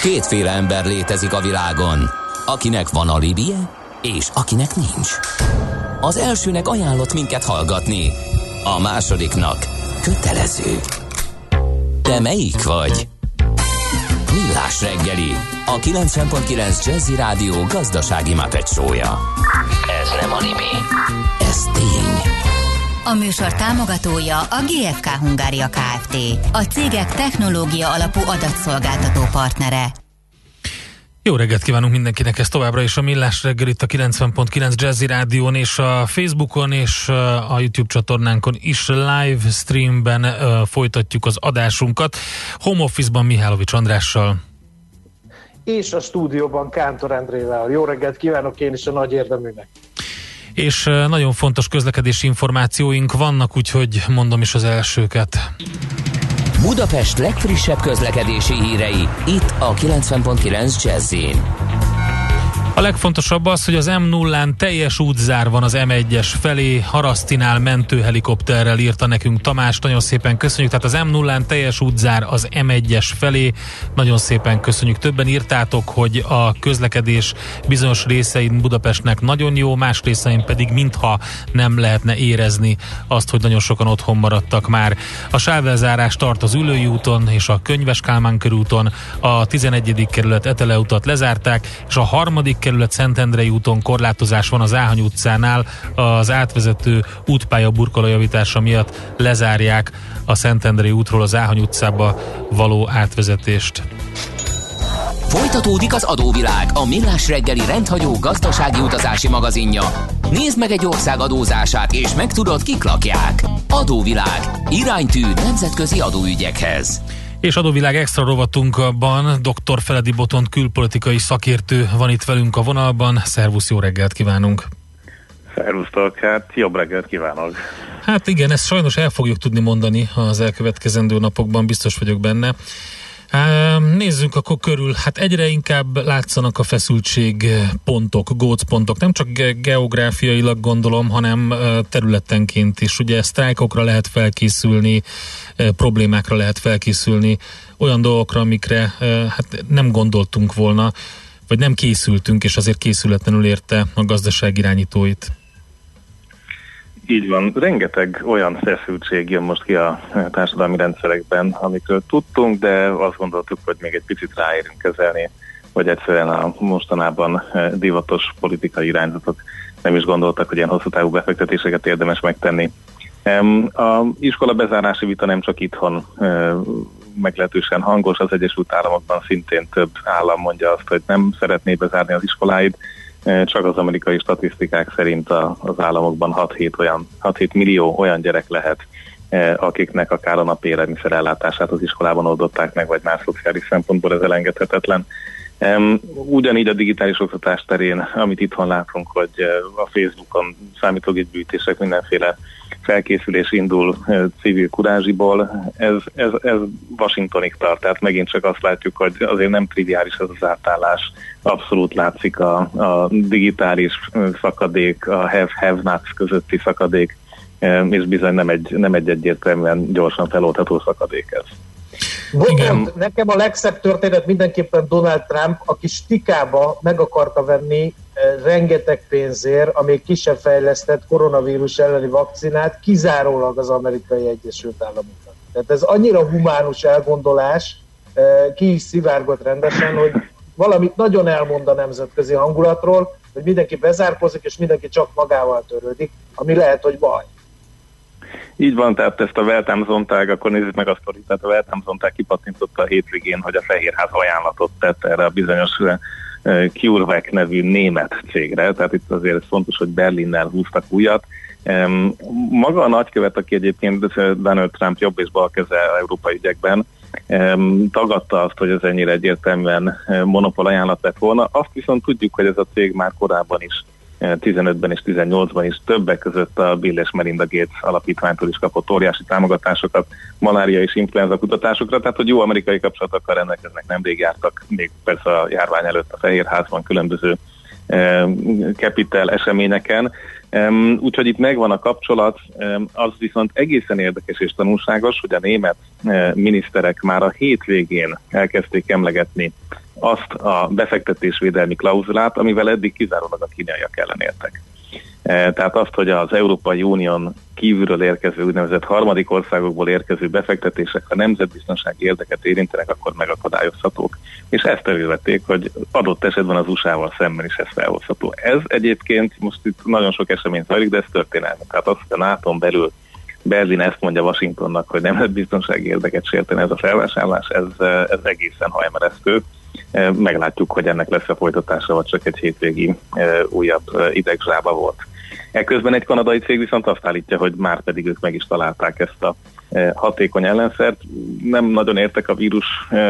Kétféle ember létezik a világon, akinek van alibije, és akinek nincs. Az elsőnek ajánlott minket hallgatni, a másodiknak kötelező. Te melyik vagy? Millás reggeli, a 90.9 Jazzy Rádió gazdasági Muppet show-ja. Ez nem anime, ez tény. A műsor támogatója a GFK Hungária Kft. A cégek technológia alapú adatszolgáltató partnere. Jó reggelt kívánunk mindenkinek, ez továbbra is a Millás reggel itt a 90.9 Jazzy Rádión és a Facebookon és a YouTube csatornánkon is live streamben folytatjuk az adásunkat. Home Office-ban Mihálovics Andrással. És a stúdióban Kántor Endrével. Jó reggelt kívánok én is a nagy érdeműnek. És nagyon fontos közlekedési információink vannak, úgyhogy mondom is az elsőket. Budapest legfrissebb közlekedési hírei, itt a 90.9 Jazzyn. A legfontosabb az, hogy az M0-án teljes útzár van az M1-es felé, Harasztinál mentőhelikopterrel írta nekünk Tamás, nagyon szépen köszönjük, tehát az M0-án teljes útzár az M1-es felé, nagyon szépen köszönjük. Többen írtátok, hogy a közlekedés bizonyos részein Budapestnek nagyon jó, más részein pedig mintha nem lehetne érezni azt, hogy nagyon sokan otthon maradtak már. A sávelzárás tart az Üllői úton és a Könyves Kálmán körúton, a 11. kerület Etele utat lezárták, és a 3. kerület Szentendrei úton korlátozás van az Áhony utcánál, az átvezető útpálya burkolójavítása miatt lezárják a Szentendrei útról az Áhony utcába való átvezetést. Folytatódik az adóvilág, a Millás reggeli rendhagyó gazdasági utazási magazinja. Nézd meg egy ország adózását, és megtudod, kik lakják. Adóvilág. Iránytű nemzetközi adóügyekhez. És adóvilág extra rovatunkban dr. Feledi Botond külpolitikai szakértő van itt velünk a vonalban. Szervusz, jó reggelt kívánunk! Szervusztok, hát jobb reggelt kívánok! Hát igen, ezt sajnos el fogjuk tudni mondani az elkövetkezendő napokban, biztos vagyok benne. Nézzünk akkor körül, hát egyre inkább látszanak a feszültségpontok, gócpontok, nem csak geográfiailag gondolom, hanem területenként is. Ugye sztrájkokra lehet felkészülni, problémákra lehet felkészülni, olyan dolgokra, amikre hát nem gondoltunk volna, vagy nem készültünk, és azért készületlenül érte a gazdaság irányítóit. Így van, rengeteg olyan feszültség jön most ki a társadalmi rendszerekben, amikről tudtunk, de azt gondoltuk, hogy még egy picit ráérünk kezelni, vagy egyszerűen a mostanában divatos politikai irányzatok nem is gondoltak, hogy ilyen hosszú távú befektetéseket érdemes megtenni. A iskola bezárási vita nem csak itthon meglehetősen hangos, az Egyesült Államokban szintén több állam mondja azt, hogy nem szeretné bezárni az iskoláit, csak az amerikai statisztikák szerint az államokban 6-7 millió olyan gyerek lehet, akiknek akár a napi élelmiszer ellátását az iskolában oldották meg, vagy más szociális szempontból ez elengedhetetlen. Ugyanígy a digitális oktatás terén, amit itthon látunk, hogy a Facebookon számítógépgyűjtések, mindenféle felkészülés indul civil kurázsiból, ez Washingtonig tart, tehát megint csak azt látjuk, hogy azért nem triviális ez az átállás, abszolút látszik a digitális szakadék, a have-nots közötti szakadék, és bizony nem egy egyértelműen gyorsan feloldható szakadék ez. Nekem a legszebb történet mindenképpen Donald Trump, aki stikába meg akarta venni rengeteg pénzért a még ki sem fejlesztett koronavírus elleni vakcinát kizárólag az Amerikai Egyesült Államoknak. Tehát ez annyira humánus elgondolás, ki is szivárgott rendesen, hogy valamit nagyon elmond a nemzetközi hangulatról, hogy mindenki bezárkozik, és mindenki csak magával törődik, ami lehet, hogy baj. Így van, tehát ezt a Weltám-Sonntag, akkor nézzük meg a sztorit, tehát a Weltám-Sonntag kipattintotta a hétvégén, hogy a Fehérház ajánlatot tett erre a bizonyos CureVac nevű német cégre, tehát itt azért fontos, hogy Berlinnel húztak újat. Maga a nagykövet, aki egyébként Donald Trump jobb és bal keze európai ügyekben, tagadta azt, hogy ez ennyire egyértelműen monopól ajánlat lett volna. Azt viszont tudjuk, hogy ez a cég már korábban is 15-ben és 18-ban is többek között a Bill és Melinda Gates alapítványtól is kapott óriási támogatásokat malária és influenza kutatásokra, tehát hogy jó amerikai kapcsolatokkal rendelkeznek, nemrég jártak, még persze a járvány előtt a Fehérházban különböző Capital eseményeken. Úgyhogy itt megvan a kapcsolat, az viszont egészen érdekes és tanulságos, hogy a német miniszterek már a hétvégén elkezdték emlegetni azt a befektetésvédelmi klauzulát, amivel eddig kizárólag a kínaiak ellen éltek. Tehát azt, hogy az Európai Unión kívülről érkező úgynevezett harmadik országokból érkező befektetések a nemzetbiztonsági érdeket érintenek, akkor megakadályozhatók. És ezt elővették, hogy adott esetben az USA-val szemben is ez felhozható. Ez egyébként most itt nagyon sok esemény zajlik, de ez történelme. Tehát az, hogy a NATO-n belül Berlin ezt mondja Washingtonnak, hogy nemzetbiztonsági érdeket sértene ez a felvásárlás, ez egészen hajmeresztő. Meglátjuk, hogy ennek lesz a folytatása, vagy csak egy hétvégi újabb idegzsába volt. Ekközben egy kanadai cég viszont azt állítja, hogy már pedig ők meg is találták ezt a hatékony ellenszert. Nem nagyon értek a vírus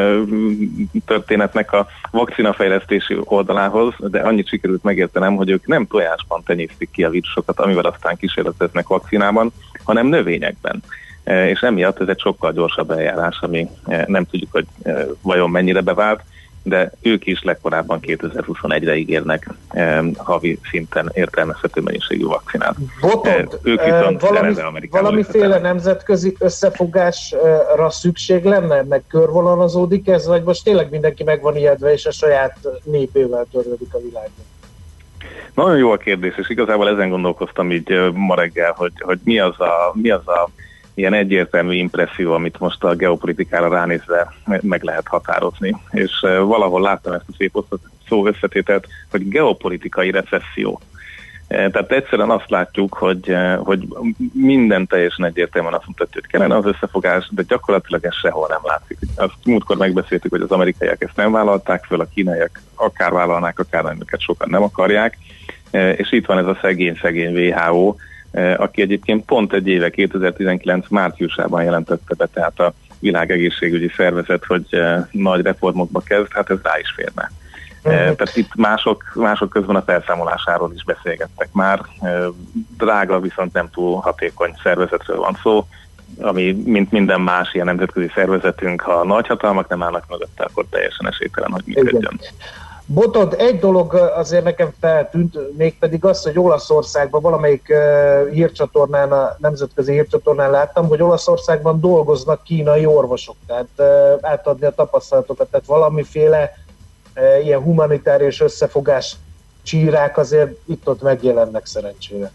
történetnek a vakcinafejlesztési oldalához, de annyit sikerült megértenem, hogy ők nem tojásban tenyésztik ki a vírusokat, amivel aztán kísérleteznek vakcinában, hanem növényekben. És emiatt ez egy sokkal gyorsabb eljárás, ami nem tudjuk, hogy vajon mennyire bevált, de ők is legkorábban 2021-re ígérnek havi szinten értelmezhető mennyiségű vakcinát. Ők valamiféle nemzetközi összefogásra szükség lenne, meg körvonalazódik ez, vagy most tényleg mindenki meg van ijedve, és a saját népével törődik a világban? Nagyon jó a kérdés, és igazából ezen gondolkoztam így ma reggel, hogy mi az a ilyen egyértelmű impresszió, amit most a geopolitikára ránézve meg lehet határozni. És valahol láttam ezt a szép szó összetételt, hogy geopolitikai recesszió. Tehát egyszerűen azt látjuk, hogy minden teljesen egyértelműen azt mutatja, hogy kellene az összefogás, de gyakorlatilag ez sehol nem látszik. Azt múltkor megbeszéltük, hogy az amerikaiak ezt nem vállalták föl, a kínaiak akár vállalnák, akár nem, őket sokan nem akarják. És itt van ez a szegény WHO, aki egyébként pont egy éve, 2019 márciusában jelentette be, tehát a Világegészségügyi Szervezet, hogy nagy reformokba kezd, hát ez rá is férne. Tehát itt mások közben a felszámolásáról is beszélgettek már. Drága, viszont nem túl hatékony szervezetről van szó, ami, mint minden más ilyen nemzetközi szervezetünk, ha a nagyhatalmak nem állnak mögötte, akkor teljesen esélytelen, hogy működjön. Botond, egy dolog azért nekem feltűnt, mégpedig az, hogy Olaszországban valamelyik hírcsatornán, nemzetközi hírcsatornán láttam, hogy Olaszországban dolgoznak kínai orvosok, tehát átadni a tapasztalatokat, tehát valamiféle ilyen humanitárius összefogás csírák azért itt-ott megjelennek szerencsére.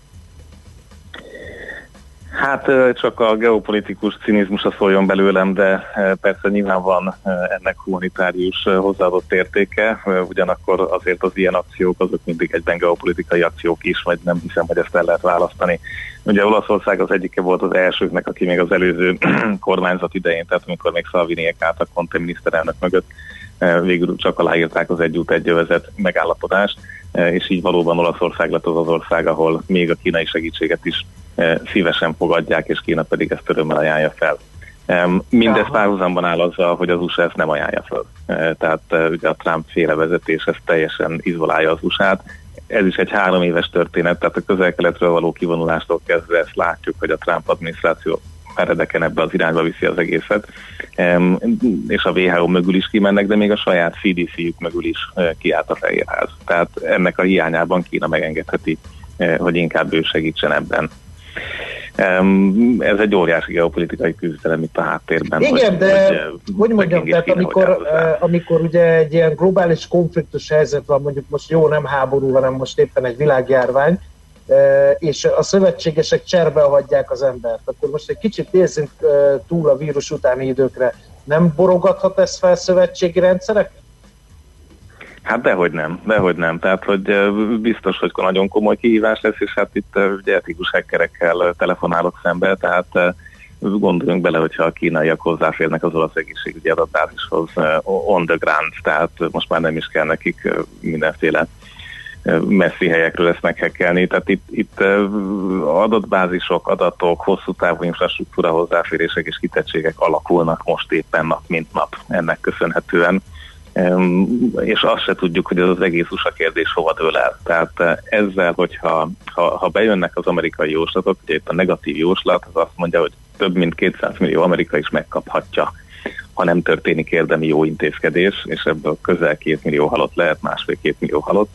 Hát csak a geopolitikus cinizmusra szóljon belőlem, de persze nyilván van ennek humanitárius hozzáadott értéke, ugyanakkor azért az ilyen akciók azok mindig egyben geopolitikai akciók is, vagy nem hiszem, hogy ezt el lehet választani. Ugye Olaszország az egyike volt az elsőknek, aki még az előző kormányzat idején, tehát amikor még Salviniék álltak Conte miniszterelnök mögött, végül csak aláírták az egy út egy övezet megállapodást, és így valóban Olaszország lett az ország, ahol még a kínai segítséget is szívesen fogadják, és Kína pedig ezt örömmel ajánlja fel. Mindez párhuzamban áll azzal, hogy az USA ezt nem ajánlja fel. Tehát ugye a Trump féle vezetés ezt teljesen izolálja az USA-t. Ez is egy 3 éves történet, tehát a közel-keletről való kivonulástól kezdve ezt látjuk, hogy a Trump adminisztráció meredeken ebbe az irányba viszi az egészet, és a WHO mögül is kimennek, de még a saját CDC-jük mögül is kiállt a Fehérház. Tehát ennek a hiányában Kína megengedheti, hogy inkább ő segítsen ebben. Ez egy óriási geopolitikai küzdelem itt a háttérben. Igen, de hogy mondjam, tehát amikor ugye egy ilyen globális konfliktus helyzet van, mondjuk most jó, nem háború, hanem most éppen egy világjárvány, és a szövetségesek cserbe hagyják az embert, akkor most egy kicsit nézzünk túl a vírus utáni időkre. Nem borogathat ez fel szövetségi rendszerek? Hát dehogy nem. Tehát, hogy biztos, hogy nagyon komoly kihívás lesz, és hát itt ugye etikus hackerekkel telefonálok szembe, tehát gondoljunk bele, hogyha a kínaiak hozzáférnek az olasz egészségügyi adatbázishoz on the ground, tehát most már nem is kell nekik mindenféle messzi helyekről ezt meghekkelni. Tehát itt adatbázisok, adatok, hosszú távú infrastruktúra hozzáférések és kitettségek alakulnak most éppen nap mint nap ennek köszönhetően. És azt se tudjuk, hogy ez az egész USA kérdés hova dől el. Tehát ezzel, hogyha bejönnek az amerikai jóslatok, ugye itt a negatív jóslat, az azt mondja, hogy több mint 200 millió amerikai is megkaphatja, ha nem történik érdemi jó intézkedés, és ebből közel 2 millió halott lehet, 1,5-2 millió halott.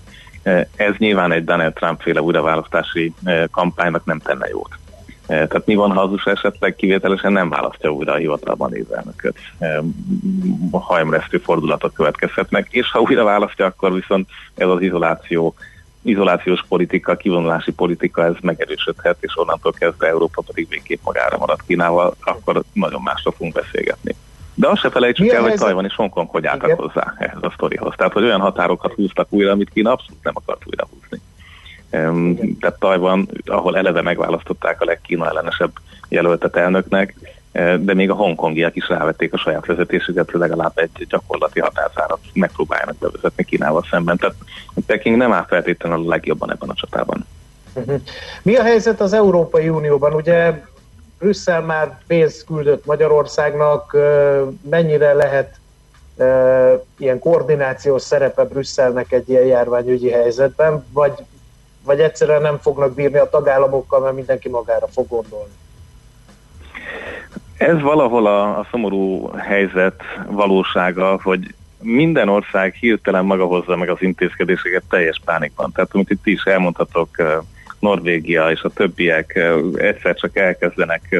Ez nyilván egy Donald Trump-féle újraválasztási kampánynak nem tenne jót. Tehát mi van, ha az USA esetleg kivételesen nem választja újra a hivatalban lévő elnököt? Hajmeresztő fordulatok következhetnek, és ha újra választja, akkor viszont ez az izolációs politika, kivonulási politika, ez megerősödhet, és onnantól kezdve Európa pedig végképp magára marad Kínával, akkor nagyon másra fogunk beszélgetni. De azt se felejtsük el, hogy Tajvan és Hongkong hogy álltak hozzá ehhez a sztorihoz. Tehát, hogy olyan határokat húztak újra, amit Kína abszolút nem akart újra húzni. Tehát Tajvan, ahol eleve megválasztották a legkína ellenesebb jelöltet elnöknek, de még a hongkongiak is rávették a saját vezetésüket, hogy legalább egy gyakorlati határzárat megpróbáljanak bevezetni Kínával szemben. Tehát Peking nem áll feltétlenül a legjobban ebben a csatában. Mi a helyzet az Európai Unióban? Ugye Brüsszel már pénzt küldött Magyarországnak, mennyire lehet ilyen koordinációs szerepe Brüsszelnek egy ilyen járványügyi helyzetben, vagy egyszerűen nem fognak bírni a tagállamokkal, mert mindenki magára fog gondolni? Ez valahol a szomorú helyzet valósága, hogy minden ország hirtelen maga hozza meg az intézkedéseket teljes pánikban. Tehát amit itt is elmondhatok, Norvégia és a többiek egyszer csak elkezdenek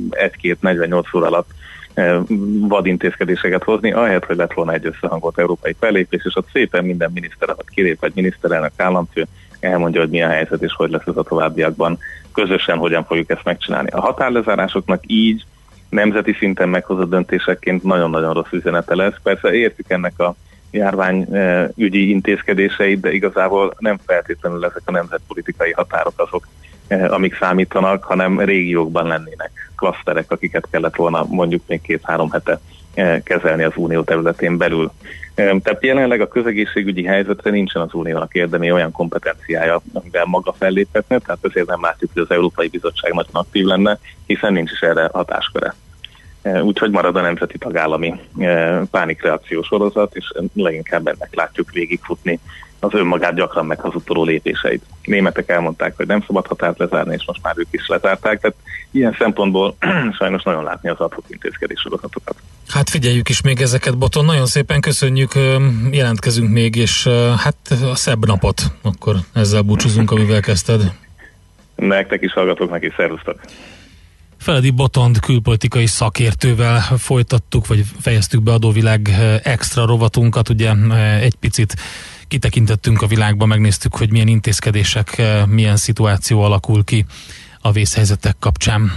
1-2-48 óra alatt vadintézkedéseket hozni, ahelyett, hogy lett volna egy összehangolt európai fellépés, és ott szépen minden miniszterelnök kilép, vagy miniszterelnök államfő elmondja, hogy mi a helyzet, és hogy lesz ez a továbbiakban. Közösen hogyan fogjuk ezt megcsinálni. A határlezárásoknak így nemzeti szinten meghozott döntésekként nagyon-nagyon rossz üzenete lesz. Persze értjük ennek a járványügyi intézkedéseit, de igazából nem feltétlenül ezek a nemzetpolitikai határok azok, amik számítanak, hanem régiókban lennének klaszterek, akiket kellett volna mondjuk még 2-3 hete kezelni az unió területén belül. Tehát jelenleg a közegészségügyi helyzetre nincsen az uniónak érdemi olyan kompetenciája, amivel maga felléphetne, tehát ezért nem látjuk, hogy az Európai Bizottság nagyon aktív lenne, hiszen nincs is erre hatásköre. Úgyhogy marad a nemzeti tagállami pánikreakció sorozat, és leginkább ennek látjuk végigfutni az önmagát gyakran meghazudtoló lépéseit. Németek elmondták, hogy nem szabad határt lezárni, és most már ők is lezárták, tehát ilyen szempontból sajnos nagyon látni az ad-hoc intézkedés sorozatokat. Hát figyeljük is még ezeket, Boton, nagyon szépen köszönjük, jelentkezünk még, és hát a szebb napot, akkor ezzel búcsúzunk, amivel kezdted. Nektek is, hallgatóknak is, szervusztok! Feledi Botond külpolitikai szakértővel folytattuk, vagy fejeztük be Adóvilág extra rovatunkat, ugye egy picit kitekintettünk a világba, megnéztük, hogy milyen intézkedések, milyen szituáció alakul ki a vészhelyzetek kapcsán.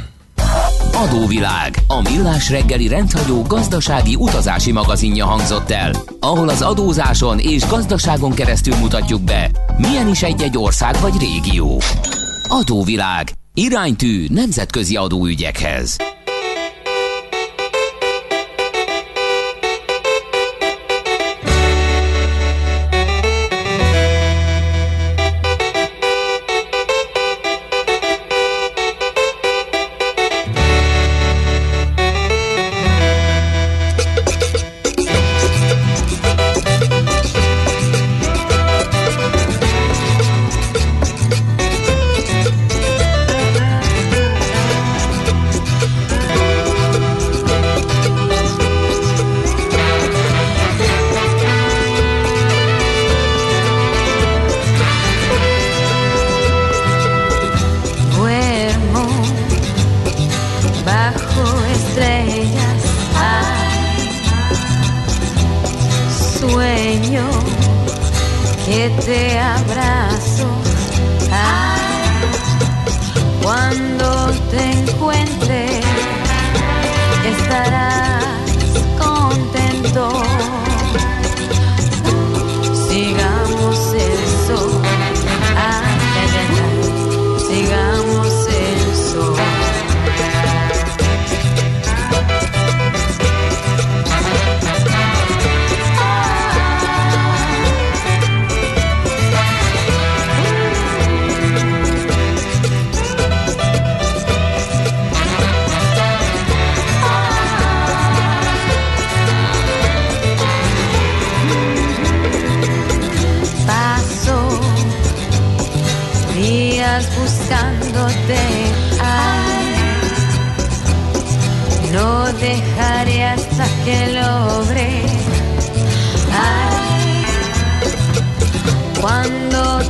Adóvilág, a millás reggeli rendhagyó gazdasági utazási magazinja hangzott el, ahol az adózáson és gazdaságon keresztül mutatjuk be, milyen is egy-egy ország vagy régió. Adóvilág, iránytű nemzetközi adóügyekhez. Cuando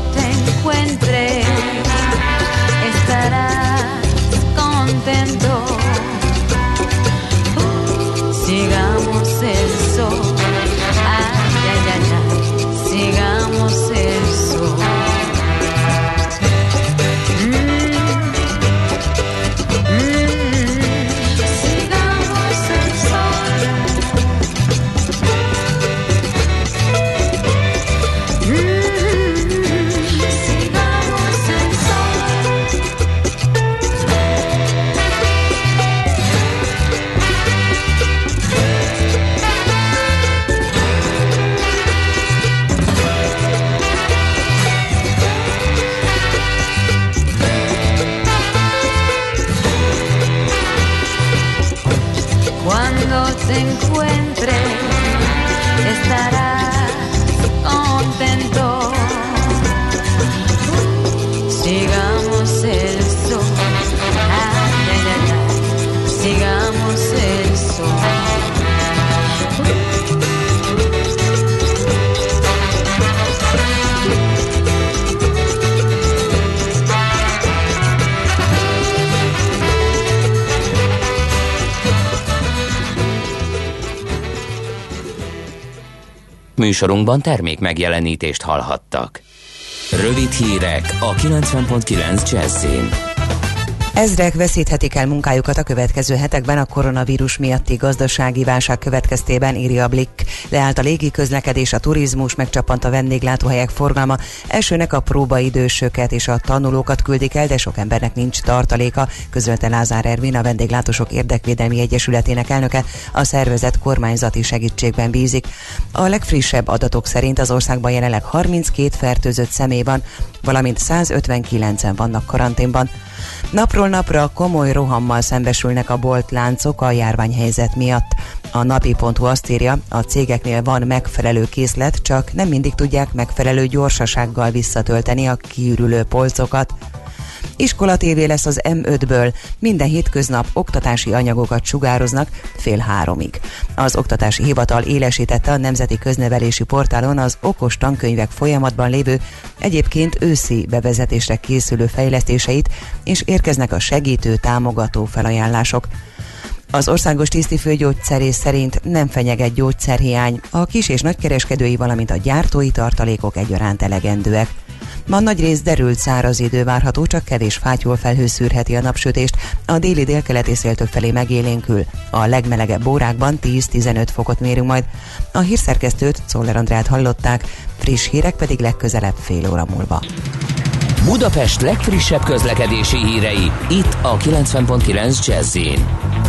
Műsorunkban termék megjelenítést hallhattak. Rövid hírek a 90.9 Jazzyn. Ezrek veszíthetik el munkájukat a következő hetekben a koronavírus miatti gazdasági válság következtében, írja a Blick. Leállt a légiközlekedés, a turizmus, megcsappant a vendéglátóhelyek forgalma. Elsőnek a próbaidősöket és a tanulókat küldik el, de sok embernek nincs tartaléka, közölte Lázár Ervin, a Vendéglátósok Érdekvédelmi Egyesületének elnöke. A szervezet kormányzati segítségben bízik. A legfrissebb adatok szerint az országban jelenleg 32 fertőzött személy van, valamint 159-en vannak karanténban. Napról napra komoly rohammal szembesülnek a boltláncok a járványhelyzet miatt. A napi.hu azt írja, a cégeknél van megfelelő készlet, csak nem mindig tudják megfelelő gyorsasággal visszatölteni a kiürülő polcokat. Iskola tévé lesz az M5-ből, minden hétköznap oktatási anyagokat sugároznak 14:30. Az Oktatási Hivatal élesítette a Nemzeti Köznevelési Portálon az okos tankönyvek folyamatban lévő, egyébként őszi bevezetésre készülő fejlesztéseit, és érkeznek a segítő, támogató felajánlások. Az országos tisztifőgyógyszerész szerint nem fenyeget gyógyszerhiány, a kis- és nagykereskedői, valamint a gyártói tartalékok egyaránt elegendőek. Ma nagyrészt derült száraz idő várható, csak kevés fátyol felhő szűrheti a napsütést, a déli délkeleti szél többfelé megélénkül. A legmelegebb órákban 10-15 fokot mérünk majd. A hírszerkesztőt, Czoller Andrát hallották, friss hírek pedig legközelebb fél óra múlva. Budapest legfrissebb közlekedési hírei, itt a 90.9 Jazzyn.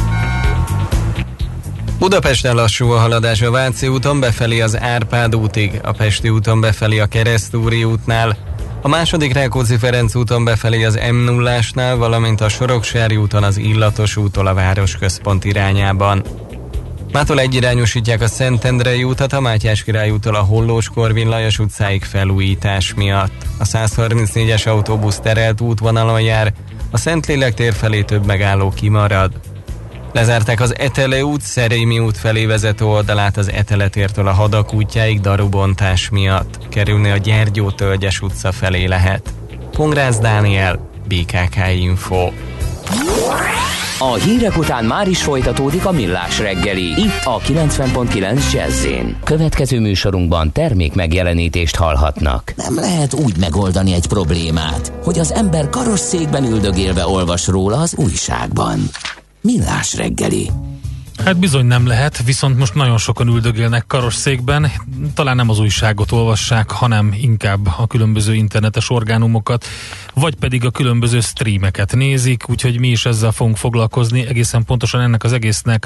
Budapesten lassú a haladás a Váci úton befelé az Árpád útig, a Pesti úton befelé a Keresztúri útnál, a második Rákóczi-Ferenc úton befelé az M0-ásnál, valamint a Soroksári úton az Illatos úttól a városközpont irányában. Mától egyirányosítják a Szentendrei útat a Mátyás Király úttól a Hollós-Korvin Lajos utcáig felújítás miatt. A 134-es autóbusz terelt útvonalon jár, a Szentlélek tér felé több megálló kimarad. Lezárták az Etele út, Szerémi út felé vezető oldalát az Etele tértől a Hadak útjáig darubontás miatt. Kerülni a Gyergyó-Tölgyes utca felé lehet. Pongrász Dániel, BKK Info. A hírek után már is folytatódik a Millás reggeli, itt a 90.9 Jazzyn. Következő műsorunkban termék megjelenítést hallhatnak. Nem lehet úgy megoldani egy problémát, hogy az ember karosszékben üldögélve olvas róla az újságban. Millás reggeli. Hát bizony nem lehet, viszont most nagyon sokan üldögélnek karosszékben, talán nem az újságot olvassák, hanem inkább a különböző internetes orgánumokat, vagy pedig a különböző streameket nézik, úgyhogy mi is ezzel fogunk foglalkozni, egészen pontosan ennek az egésznek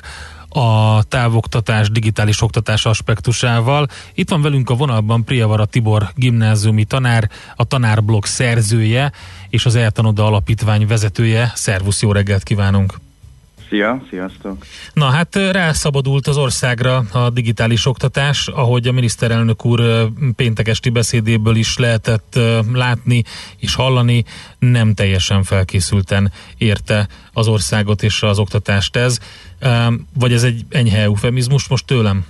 a távoktatás, digitális oktatás aspektusával. Itt van velünk a vonalban Priavara Tibor gimnáziumi tanár, a Tanárblog szerzője és az Eltanoda Alapítvány vezetője. Szervusz, jó reggelt kívánunk! Sziasztok! Na hát rászabadult az országra a digitális oktatás, ahogy a miniszterelnök úr péntek esti beszédéből is lehetett látni és hallani, nem teljesen felkészülten érte az országot és az oktatást ez. Vagy ez egy enyhe eufemizmus most tőlem?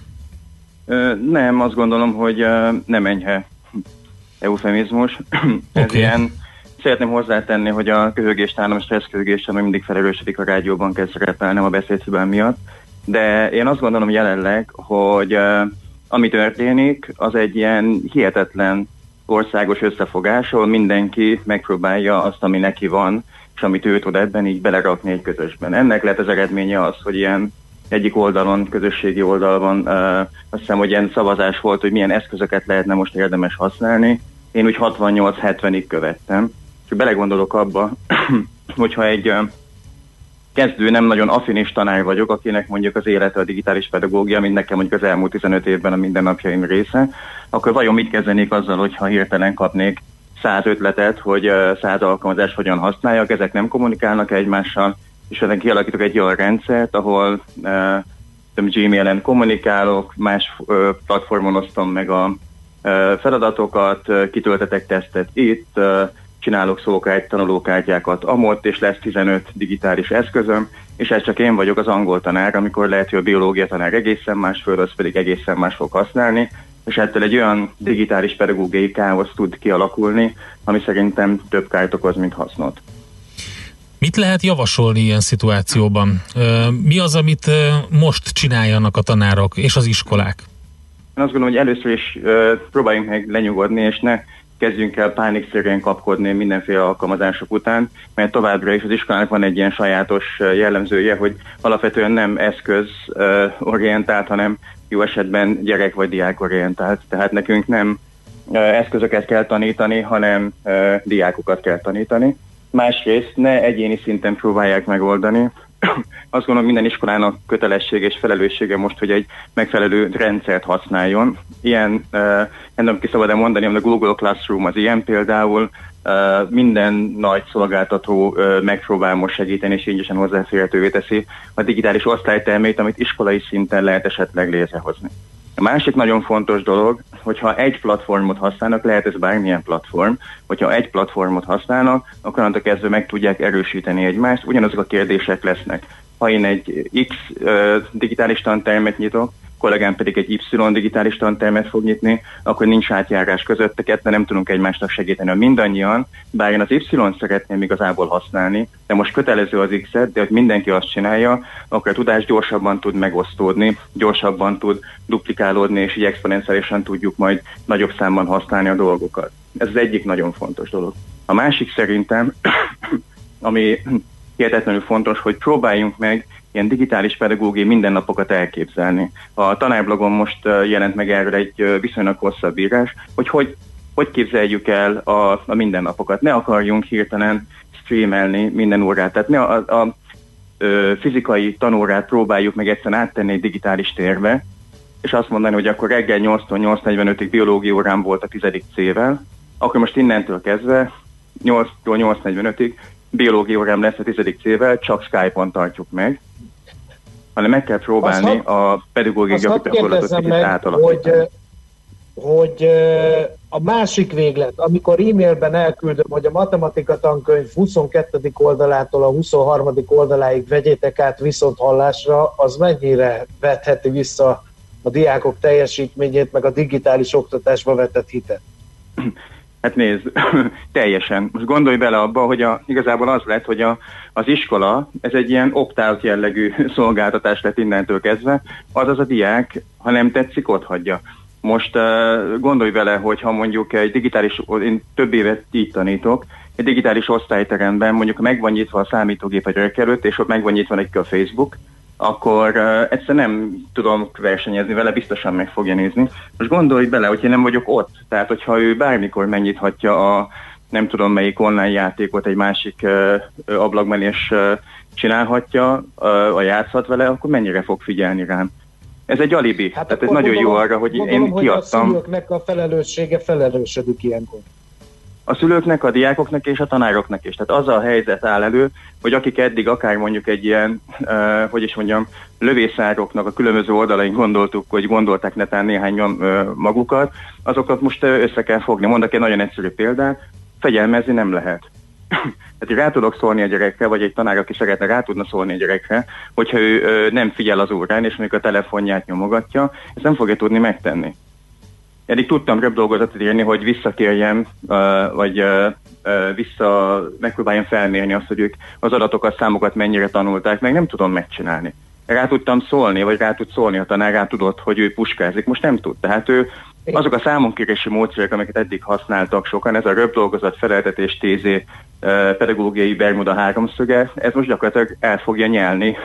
Nem, azt gondolom, hogy nem enyhe eufemizmus. Ez ilyen. Szeretném hozzátenni, hogy a köhögés nálam, stresszköhögésem mindig felelősödik a rádióban kell szerepelnem a beszédszobán miatt, de én azt gondolom jelenleg, hogy ami történik, az egy ilyen hihetetlen országos összefogás, ahol mindenki megpróbálja azt, ami neki van, és amit ő tud ebben így belerakni egy közösben. Ennek lett az eredménye az, hogy ilyen egyik oldalon, közösségi oldalon azt hiszem, hogy ilyen szavazás volt, hogy milyen eszközöket lehetne most érdemes használni. Én úgy 68-70-ig követtem. És belegondolok abba, hogyha egy kezdő, nem nagyon affinis tanár vagyok, akinek mondjuk az élete a digitális pedagógia, mint nekem mondjuk az elmúlt 15 évben a mindennapjaim része, akkor vajon mit kezdenék azzal, hogyha hirtelen kapnék 100 ötletet, hogy 100 alkalmazást hogyan használjak, ezek nem kommunikálnak egymással, és ezen kialakítok egy olyan rendszert, ahol Gmailen kommunikálok, más platformon osztom meg a feladatokat, kitöltetek tesztet itt, csinálok szókártyát, tanulókártyákat amott, és lesz 15 digitális eszközöm, és ez csak én vagyok az angol tanár, amikor lehet, hogy a biológia tanár egészen más, földrajz pedig egészen más fog használni, és ettől egy olyan digitális pedagógiai káosz tud kialakulni, ami szerintem több kárt okoz, mint hasznot. Mit lehet javasolni ilyen szituációban? Mi az, amit most csináljanak a tanárok és az iskolák? Én azt gondolom, hogy először is próbáljunk meg lenyugodni, és ne kezdjünk el pánikszerűen kapkodni mindenféle alkalmazások után, mert továbbra is az iskolának van egy ilyen sajátos jellemzője, hogy alapvetően nem eszközorientált, hanem jó esetben gyerek vagy diákorientált. Tehát nekünk nem eszközöket kell tanítani, hanem diákokat kell tanítani. Másrészt ne egyéni szinten próbálják megoldani. Azt gondolom, minden iskolának kötelessége és felelőssége most, hogy egy megfelelő rendszert használjon. Ilyen, nem ki szabad mondani, a Google Classroom az ilyen például, minden nagy szolgáltató megpróbál most segíteni, és ingyenesen hozzáférhetővé teszi a digitális osztálytermét, amit iskolai szinten lehet esetleg létrehozni. A másik nagyon fontos dolog, hogyha egy platformot használnak, lehet ez bármilyen platform, hogyha egy platformot használnak, akkor onnantól kezdve meg tudják erősíteni egymást, ugyanazok a kérdések lesznek. Ha én egy X digitális tantermet nyitok, kollégám pedig egy Y digitális tantermet fog nyitni, akkor nincs átjárás közötteket, mert nem tudunk egymásnak segíteni. Ha mindannyian, bár én az Y-t szeretném igazából használni, de most kötelező az X-et, de hogy mindenki azt csinálja, akkor a tudás gyorsabban tud megosztódni, gyorsabban tud duplikálódni, és így exponenciálisan tudjuk majd nagyobb számban használni a dolgokat. Ez az egyik nagyon fontos dolog. A másik szerintem, ami hihetetlenül fontos, hogy próbáljunk meg ilyen digitális pedagógiai mindennapokat elképzelni. A tanárblogon most jelent meg erről egy viszonylag hosszabb írás, hogy képzeljük el a mindennapokat. Ne akarjunk hirtelen streamelni minden órát. Tehát ne a fizikai tanórát próbáljuk meg egyszerűen áttenni egy digitális térbe, és azt mondani, hogy akkor reggel 8-tól 8:45-ig biológia órán volt a 10. C-vel, akkor most innentől kezdve 8-tól 8:45-ig biológia órám lesz a 10. C-vel, csak Skype-on tartjuk meg, hanem meg kell próbálni a pedagógiai gyakorlatot kicsit átalakítani. Hogy a másik véglet, amikor e-mailben elküldöm, hogy a matematika tankönyv 22. oldalától a 23. oldaláig vegyétek át viszonthallásra, az mennyire vetheti vissza a diákok teljesítményét, meg a digitális oktatásba vetett hitet? Hát nézd, teljesen. Most gondolj bele abba, hogy igazából az lett, hogy az iskola, ez egy ilyen opt-out jellegű szolgáltatás lett innentől kezdve, azaz a diák, ha nem tetszik, ott hagyja. Most gondolj bele, hogy ha mondjuk egy digitális, én több évet így tanítok, egy digitális osztályteremben mondjuk meg van nyitva a számítógép a gyerek előtt, és ott meg van nyitva neki a Facebook, akkor egyszer nem tudom versenyezni vele, biztosan meg fogja nézni. Most gondolj bele, hogy én nem vagyok ott, tehát hogyha ő bármikor megnyithatja a nem tudom melyik online játékot egy másik ablakban, és csinálhatja, játszhat vele, akkor mennyire fog figyelni rám. Ez egy alibi, hát tehát ez nagyon jó arra, hogy én kiadtam. A szülőknek a felelőssége felelősödik ilyenkor. A szülőknek, a diákoknak és a tanároknak is. Tehát az a helyzet áll elő, hogy akik eddig akár mondjuk egy ilyen, lövészároknak a különböző oldalain gondolták netán néhányan magukat, azokat most össze kell fogni. Mondok egy nagyon egyszerű példát, fegyelmezni nem lehet. Tehát rá tudok szólni a gyerekre, vagy egy tanár, aki szeretne rá tudna szólni a gyerekre, hogyha ő nem figyel az órán, és mondjuk a telefonját nyomogatja, ezt nem fogja tudni megtenni. Eddig tudtam röpdolgozatot írni, hogy visszakérjem, vagy megpróbáljam felmérni azt, hogy ők az adatokat, számokat mennyire tanulták, meg nem tudom megcsinálni. Rá tudtam szólni, vagy rá tud szólni a tanár, rá tudott, hogy ő puskázik, most nem tud. Tehát ő azok a számonkérési módszerek, amiket eddig használtak sokan, ez a röpdolgozat, feleltetés, tézé, pedagógiai Bermuda háromszöge, ez most gyakorlatilag el fogja nyelni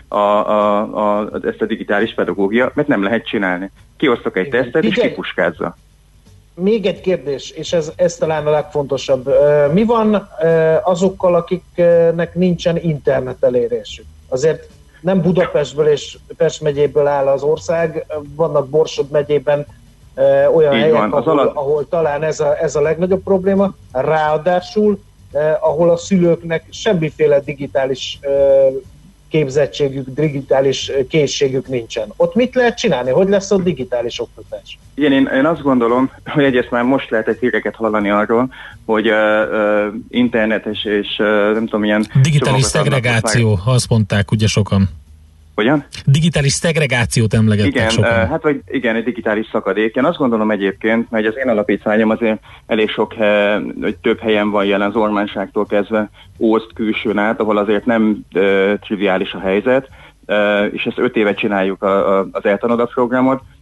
ezt a digitális pedagógia, mert nem lehet csinálni. Kiosztok egy tesztet, és kipuskázza. Még egy kérdés, és ez talán a legfontosabb. Mi van azokkal, akiknek nincsen internet elérésük? Azért nem Budapestből és Pest megyéből áll az ország, vannak Borsod megyében olyan helyek, ahol talán ez a legnagyobb probléma, ráadásul ahol a szülőknek semmiféle digitális képzettségük, digitális készségük nincsen. Ott mit lehet csinálni? Hogy lesz ott digitális oktatás? Igen, én azt gondolom, hogy egyrészt már most lehet egy híreket hallani arról, hogy internetes és nem tudom, milyen... Digitális szegregáció, azt mondták ugye sokan. Hogyan? Digitális szegregációt emlegettek sokan. Hát vagy igen, egy digitális szakadék. Én azt gondolom egyébként, mert az én alapítványom azért elég sok több helyen van jelen, az Ormánságtól kezdve Ózd külsőn át, ahol azért nem triviális a helyzet, és ezt 5 éve csináljuk az Eltanoda programot.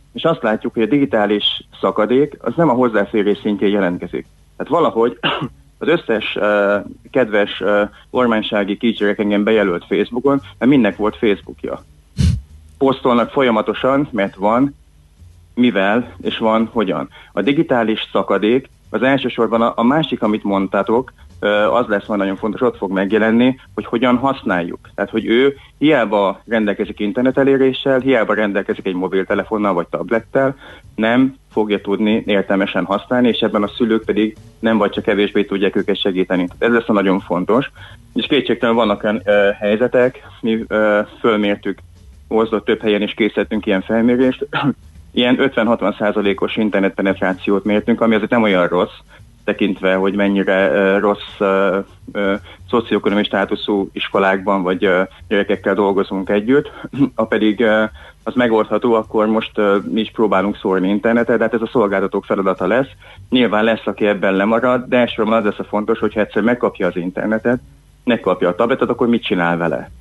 és azt látjuk, hogy a digitális szakadék az nem a hozzáférés szintjén jelentkezik. Tehát valahogy az összes kedves kormánysági kisgyerek engem bejelölt Facebookon, mert mindnek volt Facebookja. Posztolnak folyamatosan, mert van, mivel, és van, hogyan. A digitális szakadék az elsősorban a másik, amit mondtátok, az lesz majd nagyon fontos, ott fog megjelenni, hogy hogyan használjuk. Tehát, hogy ő hiába rendelkezik internet eléréssel, hiába rendelkezik egy mobiltelefonnal vagy tablettel, nem fogja tudni értelmesen használni, és ebben a szülők pedig nem vagy csak kevésbé tudják őket segíteni. Ez lesz a nagyon fontos. És kétségtelenül vannak olyan helyzetek, mi fölmértük, hozott több helyen is készítettünk ilyen felmérést, ilyen 50-60%-os internetpenetrációt mértünk, ami azért nem olyan rossz, tekintve, hogy mennyire rossz szocioekonomiai státuszú iskolákban vagy gyerekekkel dolgozunk együtt. Ha pedig az megoldható, akkor most mi is próbálunk szórni internetet, de hát ez a szolgáltatók feladata lesz. Nyilván lesz, aki ebben lemarad, de elsősorban az lesz a fontos, hogyha egyszer megkapja az internetet, megkapja a tabletet, akkor mit csinál vele?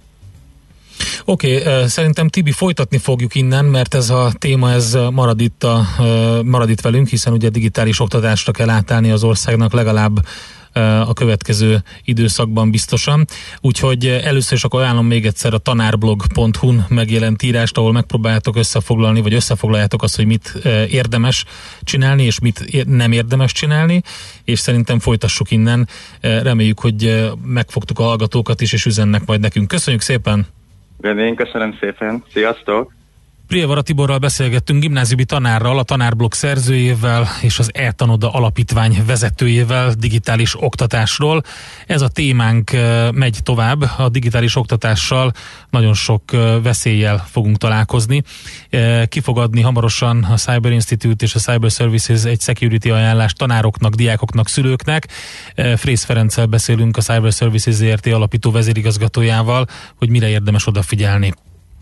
Oké, szerintem Tibi folytatni fogjuk innen, mert ez a téma marad itt velünk, hiszen ugye digitális oktatásra kell átállni az országnak legalább a következő időszakban biztosan. Úgyhogy először is akkor ajánlom még egyszer a tanárblog.hu-n megjelent írást, ahol megpróbáljátok összefoglalni, vagy összefoglaljátok azt, hogy mit érdemes csinálni, és mit nem érdemes csinálni, és szerintem folytassuk innen. Reméljük, hogy megfogtuk a hallgatókat is, és üzennek majd nekünk. Köszönjük szépen! Én köszönöm szépen. Sziasztok! Prievara Tiborral beszélgettünk, gimnáziumi tanárral, a Tanárblog szerzőjével és az E-tanoda alapítvány vezetőjével digitális oktatásról. Ez a témánk megy tovább, a digitális oktatással nagyon sok veszéllyel fogunk találkozni. Ki fog adni hamarosan a Cyber Institute és a Cyber Services egy security ajánlást tanároknak, diákoknak, szülőknek. Frész Ferenccel beszélünk, a Cyber Services ZRT alapító vezérigazgatójával, hogy mire érdemes odafigyelni.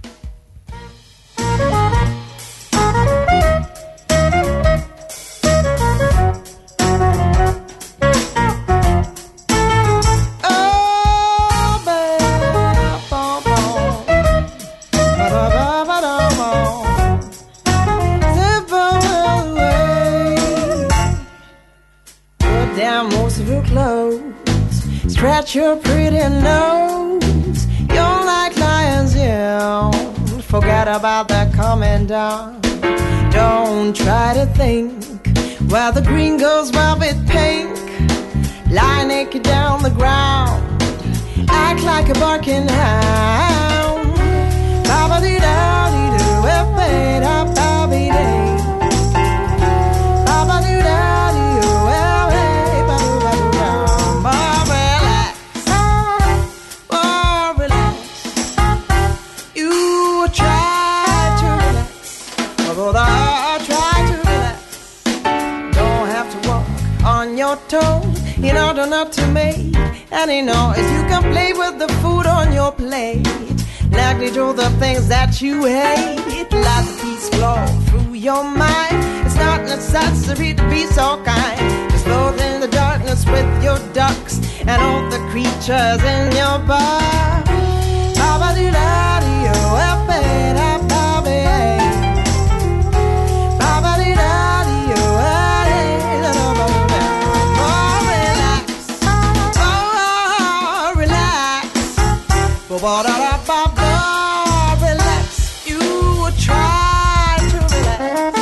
Stretch your pretty nose, you're like lions, yeah. Forget about that coming down. Don't try to think where the green goes velvet pink. Lie naked down the ground, act like a barking hound. Ba-ba-dee-da-dee-doo, ba-ba-dee-da-ba-dee-dee. Toes in order not to make any noise. You can play with the food on your plate, negligence all the things that you hate. Let the peace flow through your mind. It's not necessary to be so kind. Just float in the darkness with your ducks and all the creatures in your bar. Relax, you try to relax.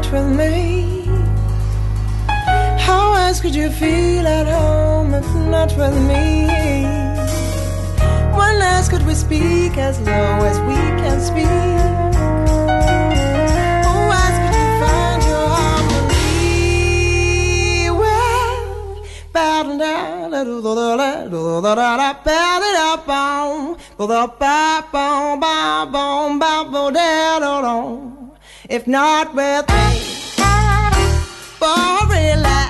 with me? How else could you feel at home if not with me? When last could we speak as low as we can speak? Oh, else could you find your harmony? Well, battle down, if not with me, relax.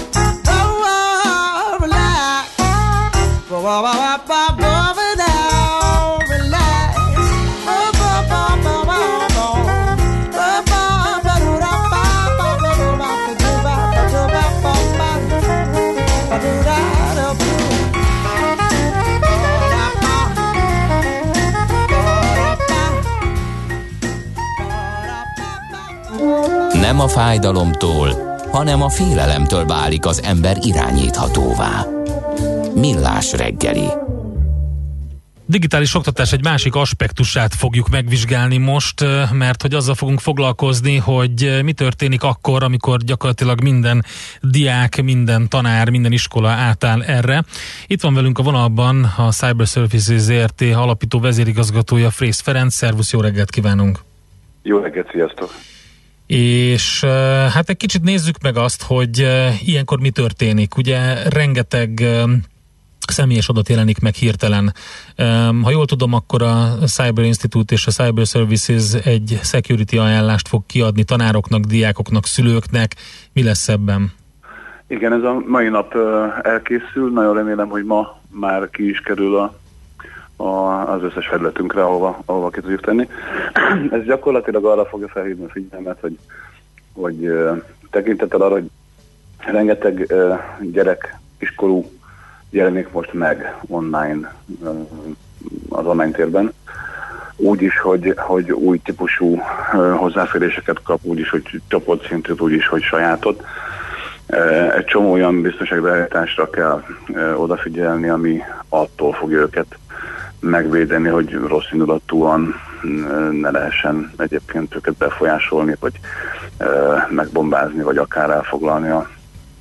Nem a fájdalomtól, hanem a félelemtől válik az ember irányíthatóvá. Millás reggeli. Digitális oktatás egy másik aspektusát fogjuk megvizsgálni most, mert hogy azzal fogunk foglalkozni, hogy mi történik akkor, amikor gyakorlatilag minden diák, minden tanár, minden iskola átáll erre. Itt van velünk a vonalban a Cyber Services Zrt. Alapító vezérigazgatója, Frész Ferenc. Szervusz, jó reggelt kívánunk! Jó reggelt, sziasztok! És hát egy kicsit nézzük meg azt, hogy ilyenkor mi történik. Ugye rengeteg személyes adat jelenik meg hirtelen. Ha jól tudom, akkor a Cyber Institute és a Cyber Services egy security ajánlást fog kiadni tanároknak, diákoknak, szülőknek. Mi lesz ebben? Igen, ez a mai nap elkészül. Nagyon remélem, hogy ma már ki is kerül az összes felületünkre, ahova ki tudjuk tenni. Ez gyakorlatilag arra fogja felhívni a figyelmet, hogy tekintettel arra, hogy rengeteg gyerek, iskolú jelenik most meg online, az online térben. Úgy is, hogy új típusú hozzáféréseket kap, úgy is, hogy csoportszintűt, úgy is, hogy sajátot. Egy csomó olyan biztonságbeállításra kell odafigyelni, ami attól fogja őket megvédeni, hogy rossz indulatúan ne lehessen egyébként őket befolyásolni, vagy megbombázni, vagy akár elfoglalni a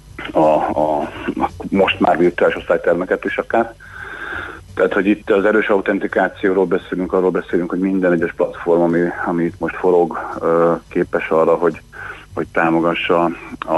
most már virtuális osztálytermeket is akár. Tehát, hogy itt az erős autentikációról beszélünk, arról beszélünk, hogy minden egyes platform, ami itt most forog, képes arra, hogy támogassa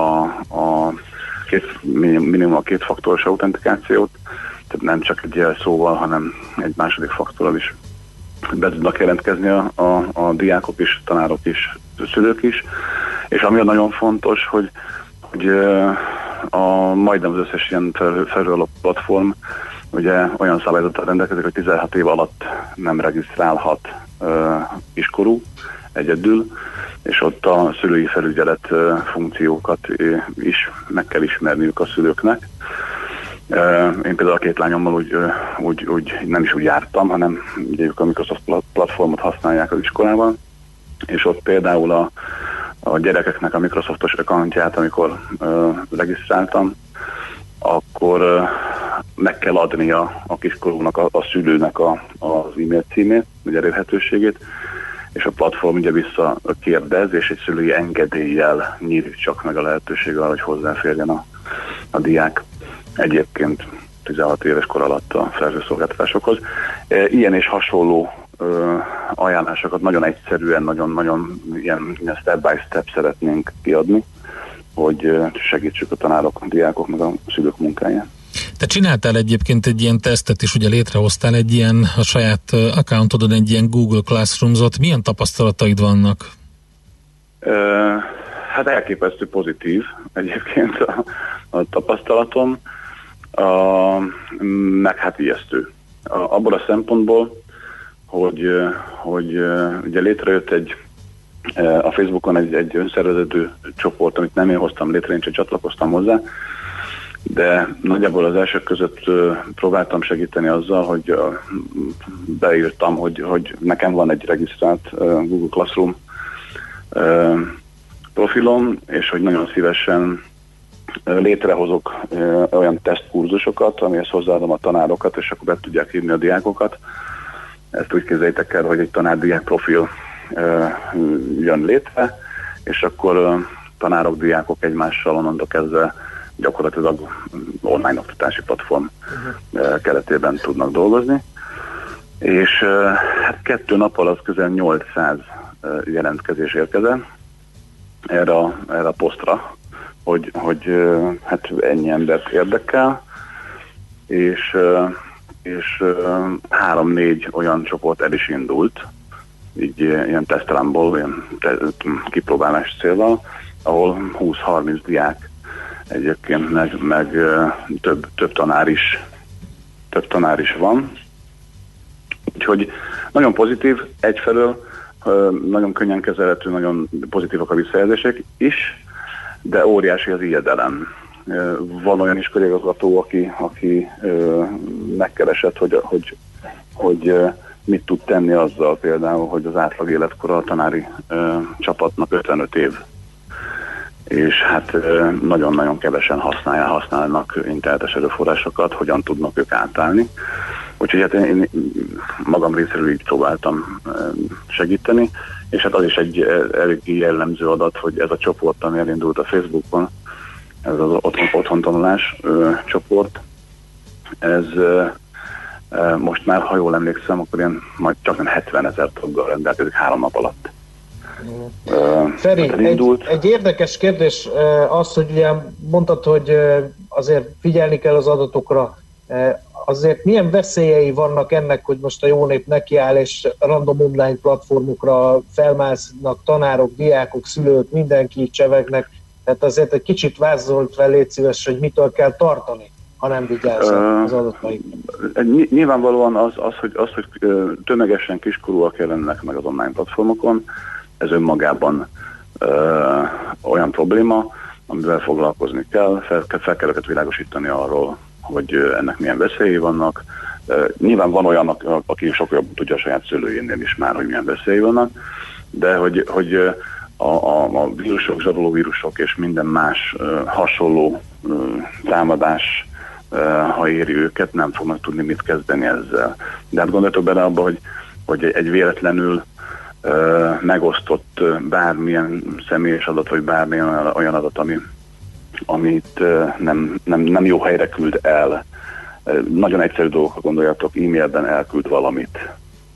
minimum a kétfaktoros autentikációt. Tehát nem csak egy jelszóval, hanem egy második faktorral is be tudnak jelentkezni a diákok is, tanárok is, szülők is. És ami nagyon fontos, hogy majdnem az összes ilyen felhőalapú platform ugye olyan szabályzattal rendelkezik, hogy 16 év alatt nem regisztrálhat iskolú egyedül, és ott a szülői felügyelet funkciókat is meg kell ismerniük a szülőknek. Én például a két lányommal úgy nem is úgy jártam, hanem ugye ők a Microsoft platformot használják az iskolában, és ott például a gyerekeknek a Microsoftos accountját, amikor regisztráltam, akkor meg kell adnia a kiskorúnak, a szülőnek az e-mail címét, vagy elérhetőségét, és a platform ugye visszakérdez, és egy szülői engedéllyel nyílik csak meg a lehetőség arra, hogy hozzáférjen a diák egyébként 16 éves kor alatt a szerzőszolgáltatásokhoz. Ilyen és hasonló ajánlásokat nagyon egyszerűen, nagyon ilyen step by step szeretnénk kiadni, hogy segítsük a tanárok, a diákok, meg a szülők munkáját. Te csináltál egyébként egy ilyen tesztet is, ugye létrehoztál egy ilyen, a saját accountodon egy ilyen Google Classrooms-ot. Milyen tapasztalataid vannak? Hát elképesztő pozitív egyébként a tapasztalatom, meg hát ijesztő. Abból a szempontból, hogy ugye létrejött a Facebookon egy önszervezető csoport, amit nem én hoztam létre, én csak csatlakoztam hozzá, de nagyjából az elsők között próbáltam segíteni azzal, hogy beírtam, hogy nekem van egy regisztrált Google Classroom profilom, és hogy nagyon szívesen létrehozok olyan tesztkurzusokat, amihez hozzáadom a tanárokat, és akkor be tudják hívni a diákokat. Ezt úgy képzeljétek el, hogy egy tanár-diák profil jön létre, és akkor tanárok, diákok egymással onnantól kezdve gyakorlatilag online oktatási platform keretében tudnak dolgozni. És hát 2 nap alatt közel 800 jelentkezés érkezett erre a posztra, hogy hát ennyi embert érdekel, és 3-4 olyan csoport el is indult, így ilyen tesztrámból, ilyen kipróbálás célval, ahol 20-30 diák egyébként, meg több tanár is van. Úgyhogy nagyon pozitív egyfelől, nagyon könnyen kezelhető, nagyon pozitívak a visszajelzések is, de óriási az ijedelem. Van olyan iskolaigazgató, aki megkeresett, hogy mit tud tenni azzal például, hogy az átlag életkora a tanári csapatnak 55 év. És hát nagyon-nagyon kevesen használnak internetes erőforrásokat, hogyan tudnak ők átállni. Úgyhogy hát én magam részéről így próbáltam segíteni, és hát az is egy elég jellemző adat, hogy ez a csoport, ami elindult a Facebookon, ez az otthontanulás csoport, ez most már, ha jól emlékszem, akkor ilyen majd csak nem 70 000 taggal rendelkezik 3 nap alatt. Feri, egy érdekes kérdés az, hogy ugye mondtad, hogy azért figyelni kell az adatokra. Azért milyen veszélyei vannak ennek, hogy most a jó nép nekiáll, és random online platformokra felmásznak tanárok, diákok, szülők, mindenki csevegnek. Tehát azért egy kicsit vázolt fel, légy szíves, hogy mitől kell tartani, ha nem vigyázol az adataikra. Nyilvánvalóan az, hogy tömegesen kiskorúak jelennek meg az online platformokon, ez önmagában olyan probléma, amivel foglalkozni kell, fel kell őket világosítani arról, hogy ennek milyen veszélyei vannak. Nyilván van olyan, aki sokkal jobban tudja a saját szülőjénél is már, hogy milyen veszélyei vannak, de hogy a vírusok, zsarolóvírusok és minden más hasonló támadás, ha éri őket, nem fognak tudni mit kezdeni ezzel. De hát gondoljatok bele abba, hogy egy véletlenül megosztott bármilyen személyes adat, vagy bármilyen olyan adat, amit nem jó helyre küld el. Nagyon egyszerű dolgokra gondoljatok, e-mailben elküld valamit,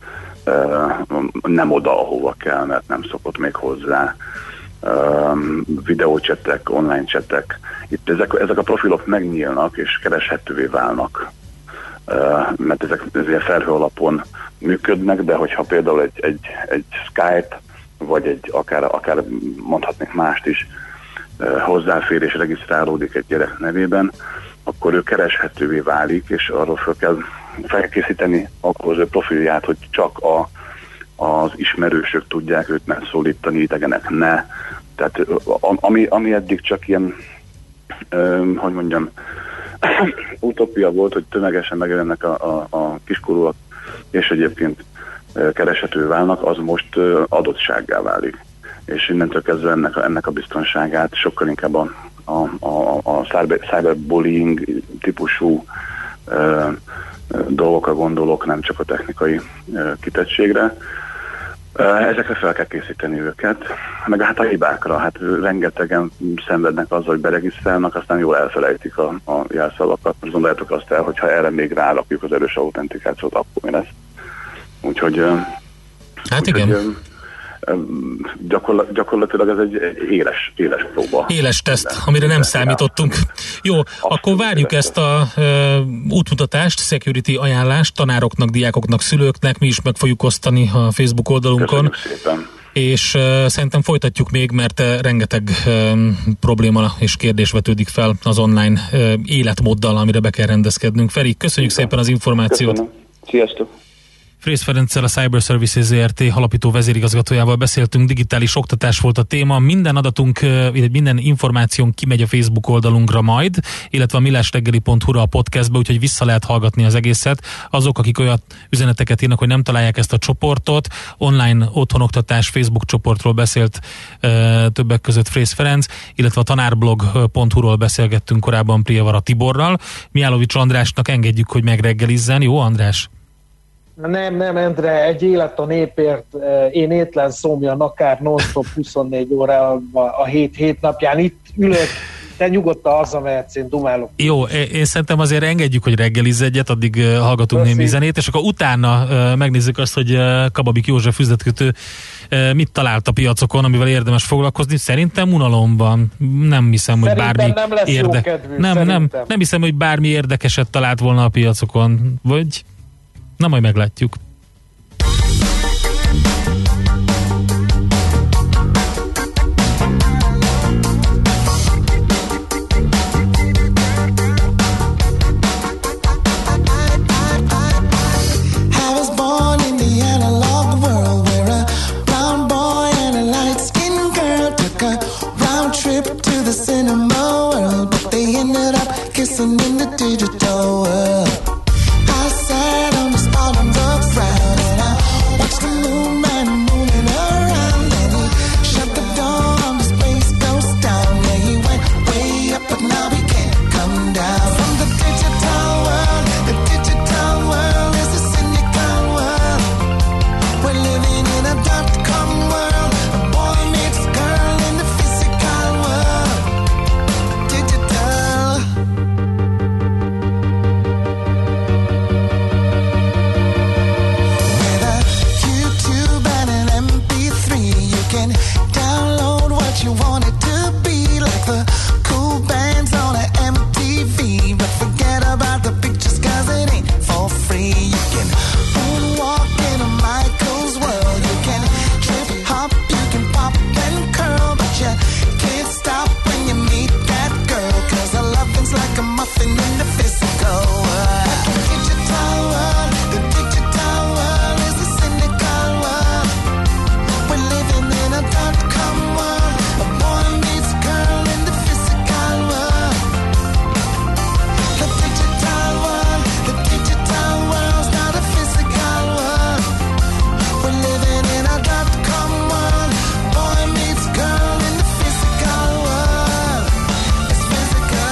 nem oda, ahova kell, mert nem szokott még hozzá. Videócsetek, online csetek. Itt ezek a profilok megnyílnak és kereshetővé válnak. Mert ezek ilyen felhő alapon működnek, de hogyha például egy Skype, vagy akár mondhatnék mást is, hozzáfér és regisztrálódik egy gyerek nevében, akkor ő kereshetővé válik, és arról fel kell felkészíteni akkor az ő profilját, hogy csak az ismerősök tudják őt megszólítani, idegenek ne. Tehát ami eddig csak ilyen, hogy mondjam, utópia volt, hogy tömegesen megjelennek a kiskorúak, és egyébként kereshető válnak, az most adottsággá válik. És innentől kezdve ennek a biztonságát sokkal inkább a cyberbullying típusú dolgokra gondolok, nem csak a technikai kitettségre. Ezekre fel kell készíteni őket, meg hát a hibákra, hát rengetegen szenvednek azzal, hogy beregisztrálnak, aztán jól elfelejtik a jelszavakat. Most gondoljátok azt el, hogyha erre még rárakjuk az erős autentikációt, akkor mi lesz. Úgyhogy igen. Gyakorlatilag ez egy éles próba. Éles teszt, amire nem számítottunk. Jó, akkor várjuk ezt a útmutatást, security ajánlást tanároknak, diákoknak, szülőknek, mi is meg fogjuk osztani a Facebook oldalunkon. Köszönjük szépen. És szerintem folytatjuk még, mert rengeteg probléma és kérdés vetődik fel az online életmóddal, amire be kell rendezkednünk. Feri, köszönjük szépen az információt. Köszönöm. Sziasztok! Frész Ferenccel, a Cyber Services ZRT alapító vezérigazgatójával beszéltünk, digitális oktatás volt a téma. Minden adatunk, minden információnk kimegy a Facebook oldalunkra majd, illetve a millásreggeli.hu-ra a podcastbe, úgyhogy vissza lehet hallgatni az egészet. Azok, akik olyan üzeneteket írnak, hogy nem találják ezt a csoportot, online otthonoktatás Facebook csoportról beszélt többek között Frész Ferenc, illetve a tanárblog.hu-ról beszélgettünk korábban Prievara Tiborral. Mijálovics Andrásnak engedjük, hogy megreggelizzen. Jó, András? Nem, Endre, egy élet a népért, én étlen szomjan, akár non-stop 24 óra a 7 napján, itt ülök, te nyugodtan hazamehetsz, én dumálok. Jó, én szerintem azért engedjük, hogy reggelizz egyet, addig hallgatunk némi zenét, és akkor utána megnézzük azt, hogy Kababik József üzletkötő mit talált a piacokon, amivel érdemes foglalkozni. Szerintem unalomban. Nem hiszem, hogy bármi nem lesz jókedvű, nem hiszem, hogy bármi érdekeset talált volna a piacokon. Vagy? Na, majd meglátjuk. Kissing in the digital world. I sat on the spot on the ground and I watched the moon man moving around. And he shut the door on the space ghost down. Yeah, he went way up, but now he can't come down. From the digital world is a cynical world. We're living in a .com world. A boy meets girl in the physical world. Digital. Download what you want it to be, like the cool bands on an MTV. But forget about the pictures, cause it ain't for free. You can moonwalk in a Michael's world. You can trip hop, you can pop and curl. But you can't stop when you meet that girl, cause her loving's like a muffin in the physical world. The digital world is a cynical world. We're living in a .com world. A boy meets girl in the physical world. The digital world's not a physical world. We're living in a .com world. Boy meets girl in the physical world. It's physical.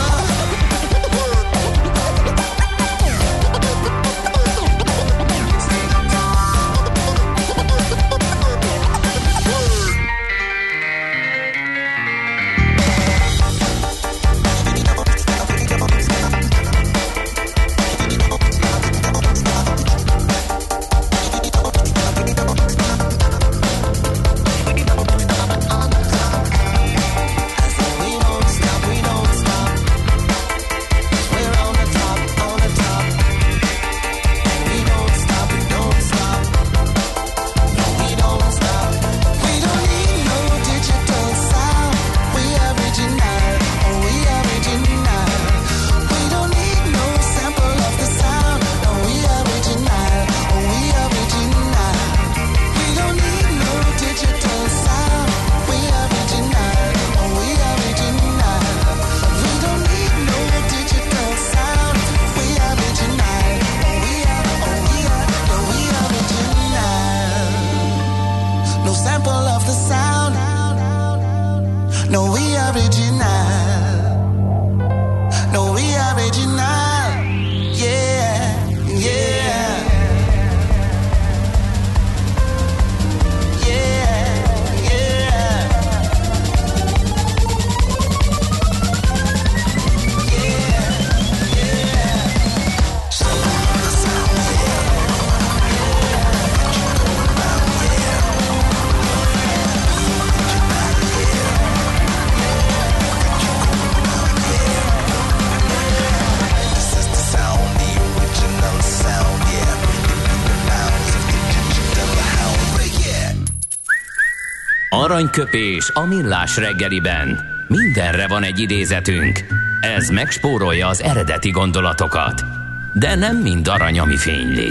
Aranyköpés a millás reggeliben. Mindenre van egy idézetünk. Ez megspórolja az eredeti gondolatokat. De nem mind arany, ami fényli.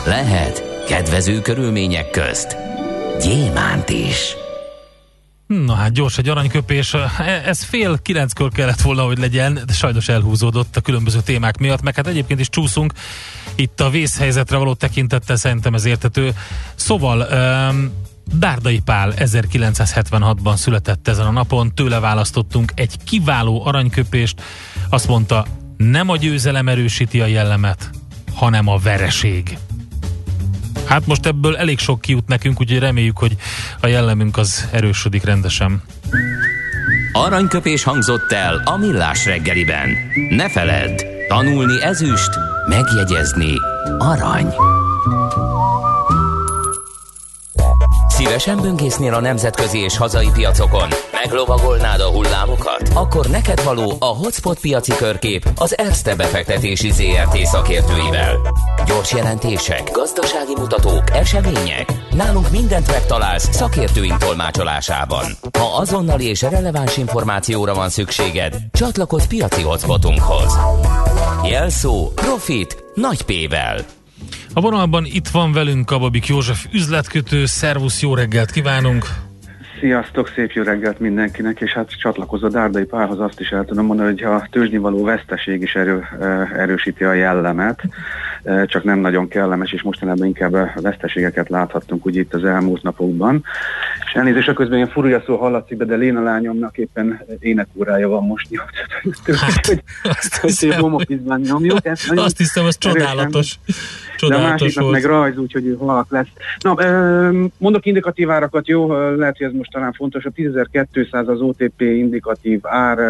Lehet kedvező körülmények közt gyémánt is. Na hát gyors egy aranyköpés. Ez 8:30 kellett volna, hogy legyen, de sajnos elhúzódott a különböző témák miatt, meg hát egyébként is csúszunk. Itt a vészhelyzetre való tekintettel szerintem ez érthető. Szóval Dárdai Pál 1976-ban született ezen a napon, tőle választottunk egy kiváló aranyköpést. Azt mondta, nem a győzelem erősíti a jellemet, hanem a vereség. Hát most ebből elég sok kijut nekünk, úgyhogy reméljük, hogy a jellemünk az erősödik rendesen. Aranyköpés hangzott el a Millás reggeliben. Ne feledd, tanulni ezüst, megjegyezni arany. Szívesen böngésznél a nemzetközi és hazai piacokon? Meglovagolnád a hullámokat? Akkor neked való a Hotspot piaci körkép az Erste befektetési ZRT szakértőivel. Gyors jelentések, gazdasági mutatók, események. Nálunk mindent megtalálsz szakértőink tolmácsolásában. Ha azonnali és releváns információra van szükséged, csatlakozz piaci hotspotunkhoz. Jelszó Profit nagy P-vel. A vonalban itt van velünk Kababik József üzletkötő. Szervusz, jó reggelt kívánunk! Sziasztok, szép jó reggelt mindenkinek, és hát csatlakozó Dárdai Pálhoz azt is el tudom mondani, hogy a tőzsdén való veszteség is erősíti a jellemet, csak nem nagyon kellemes, és mostanában inkább veszteségeket láthattunk úgy itt az elmúlt napokban. És elnézést, közben ilyen furúja szó hallatszik be, de Léna lányomnak éppen énekórája van most hogy szép homokizban nyomjuk. Azt hiszem, az csodálatos. De a másiknak meg rajz, úgyhogy halak lesz. Na, mondok indikatív árakat, jó? Lehet, hogy ez most talán fontos. A 10.200 az OTP indikatív ár,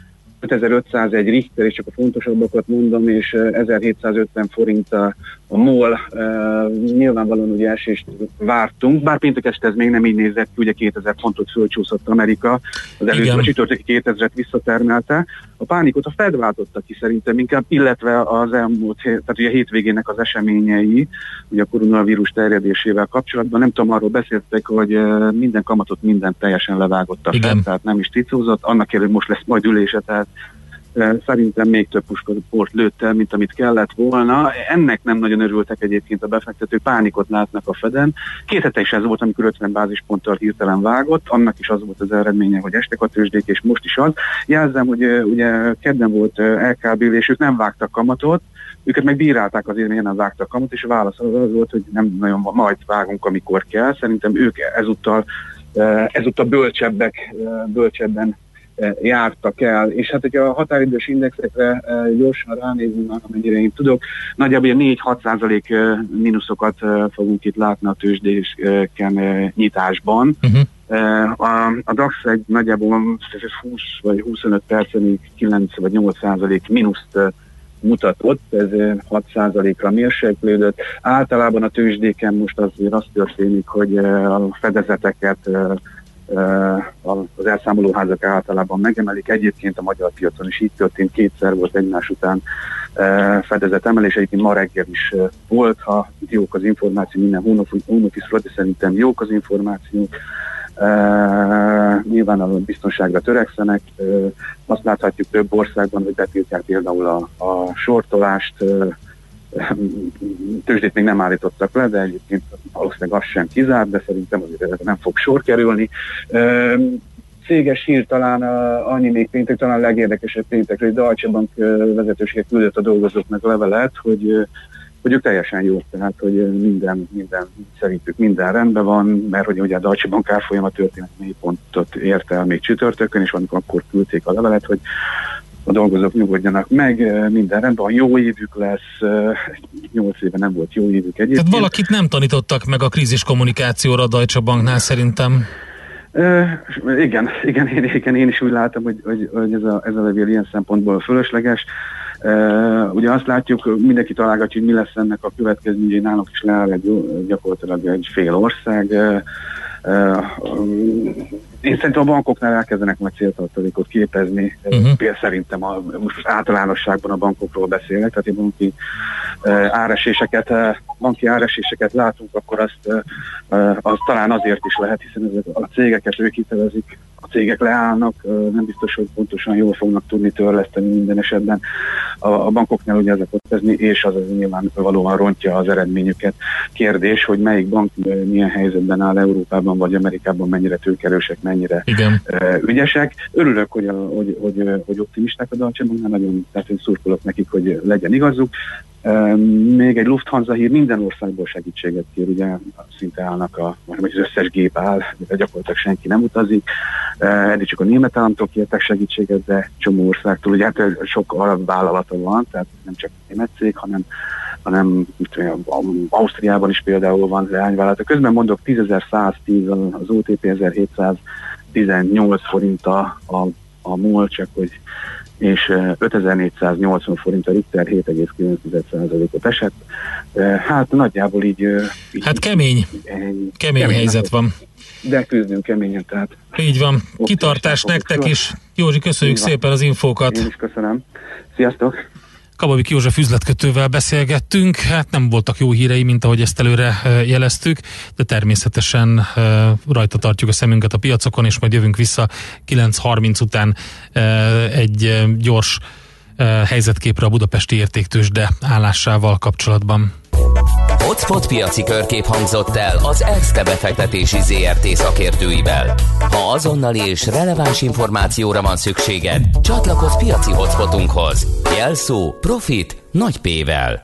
5501 Richter, és csak a fontosabbakat mondom, és 1750 forint a MOL. Nyilvánvalóan ugye esést vártunk, bár péntek este ez még nem így nézett ki, ugye 2000 fontot fölcsúszott Amerika, az előző a csütörtöki 2000-et visszatermelte. A pánikot a Fed váltotta ki szerintem inkább, illetve az elmúlt, tehát ugye a hétvégének az eseményei, ugye a koronavírus terjedésével kapcsolatban, nem tudom, arról beszéltek, hogy minden kamatot, minden teljesen levágott a Fed, tehát nem is ticózott, annak ellenére, hogy most lesz majd ülése, tehát szerintem még több puskaport lőtt el, mint amit kellett volna. Ennek nem nagyon örültek egyébként a befektetők, pánikot látnak a Feden. 2 hete is ez volt, amikor 50 bázisponttal hirtelen vágott, annak is az volt az eredménye, hogy estek a tőzsdék, és most is az. Jelzem, hogy ugye kedden volt LKB ülés, ők nem vágtak kamatot, őket meg bírálták azért, hogy nem vágtak kamatot, és a válasz az volt, hogy nem nagyon van, majd vágunk, amikor kell. Szerintem ők ezúttal bölcsebben jártak el, és hát hogyha a határidős indexekre gyorsan ránézünk, amennyire én tudok, nagyjából 4-6% mínuszokat fogunk itt látni a tőzsdéken nyitásban. A DAX egy nagyjából 20 vagy 25 percenig 9 vagy 8% mínuszt mutatott, ez 6%-ra mérséklődött. Általában a tőzsdéken most azért az történik, hogy a fedezeteket az elszámolóházak általában megemelik. Egyébként a magyar piacon is így történt, 2-szer volt egymás után fedezet emelés, egyébként ma reggel is volt, ha jók az információ, minden hónap is volt, szerintem jók az információk. Nyilván a biztonságra törekszenek. Azt láthatjuk több országban, hogy betiltják például a sortolást, tőzsdét még nem állítottak le, de egyébként valószínűleg az sem kizárt, de szerintem azért nem fog sor kerülni. Céges hír talán annyi még péntek, talán a legérdekesebb péntekről, hogy Deutsche Bank vezetősége küldött a dolgozóknak levelet, hogy ők teljesen jó, tehát hogy minden szerintük minden rendben van, mert hogy ugye a Deutsche Bank árfolyama történet mélypontot ért el még csütörtökön, és akkor küldték a levelet, hogy a dolgozók nyugodjanak meg, minden rendben, jó évük lesz, 8 éve nem volt jó évük egyébként. Tehát valakit nem tanítottak meg a krízis kommunikációra a Deutsche Banknál szerintem. Igen, én is úgy látom, hogy ez a levél ilyen szempontból fölösleges. Ugye azt látjuk, mindenki találgatja, hogy mi lesz ennek a következménye, nálunk is leáll gyakorlatilag egy fél ország. Én szerintem a bankoknál elkezdenek majd céltartalékot képezni. Például szerintem most általánosságban a bankokról beszélek, tehát egy banki áreséseket látunk, akkor az talán azért is lehet, hiszen ezek a cégeket ők hitelezik, a cégek leállnak, nem biztos, hogy pontosan jól fognak tudni törleszteni minden esetben. A bankoknál ugye ezek okozni, és az nyilván valóan rontja az eredményüket. Kérdés, hogy melyik bank milyen helyzetben áll Európában vagy Amerikában, mennyire tőkerősek, mennyire ügyesek. Örülök, hogy optimisták a Deutsche Banknál, nagyon szurkolok nekik, hogy legyen igazuk. Még egy Lufthansa hír, minden országból segítséget kér, ugye szinte állnak, az összes gép áll, de gyakorlatilag senki nem utazik. Eddig csak a német államtól kértek segítséget, de csomó országtól, ugye hát sok alapvállalata van, tehát nem csak német cég, hanem hanem Ausztriában is például van leányvállalat. Közben mondok 10.110 az OTP, 1.718 forint a MOL, csak hogy és 5.480 forint a Richter, 7,9%-ot esett. Hát nagyjából így... Hát kemény helyzet van. De küzdünk keményen, tehát... Így van. Kitartás nektek is. Józsi, köszönjük szépen az infókat. Én is köszönöm. Sziasztok! Kababik József üzletkötővel beszélgettünk, hát nem voltak jó hírei, mint ahogy ezt előre jeleztük, de természetesen rajta tartjuk a szemünket a piacokon, és majd jövünk vissza 9:30 után egy gyors helyzetképre a budapesti értéktőzsde állásával kapcsolatban. Hotspot piaci körkép hangzott el az Erste befektetési ZRT szakértőivel. Ha azonnali és releváns információra van szükséged, csatlakozz piaci hotspotunkhoz. Jelszó Profit nagy P-vel.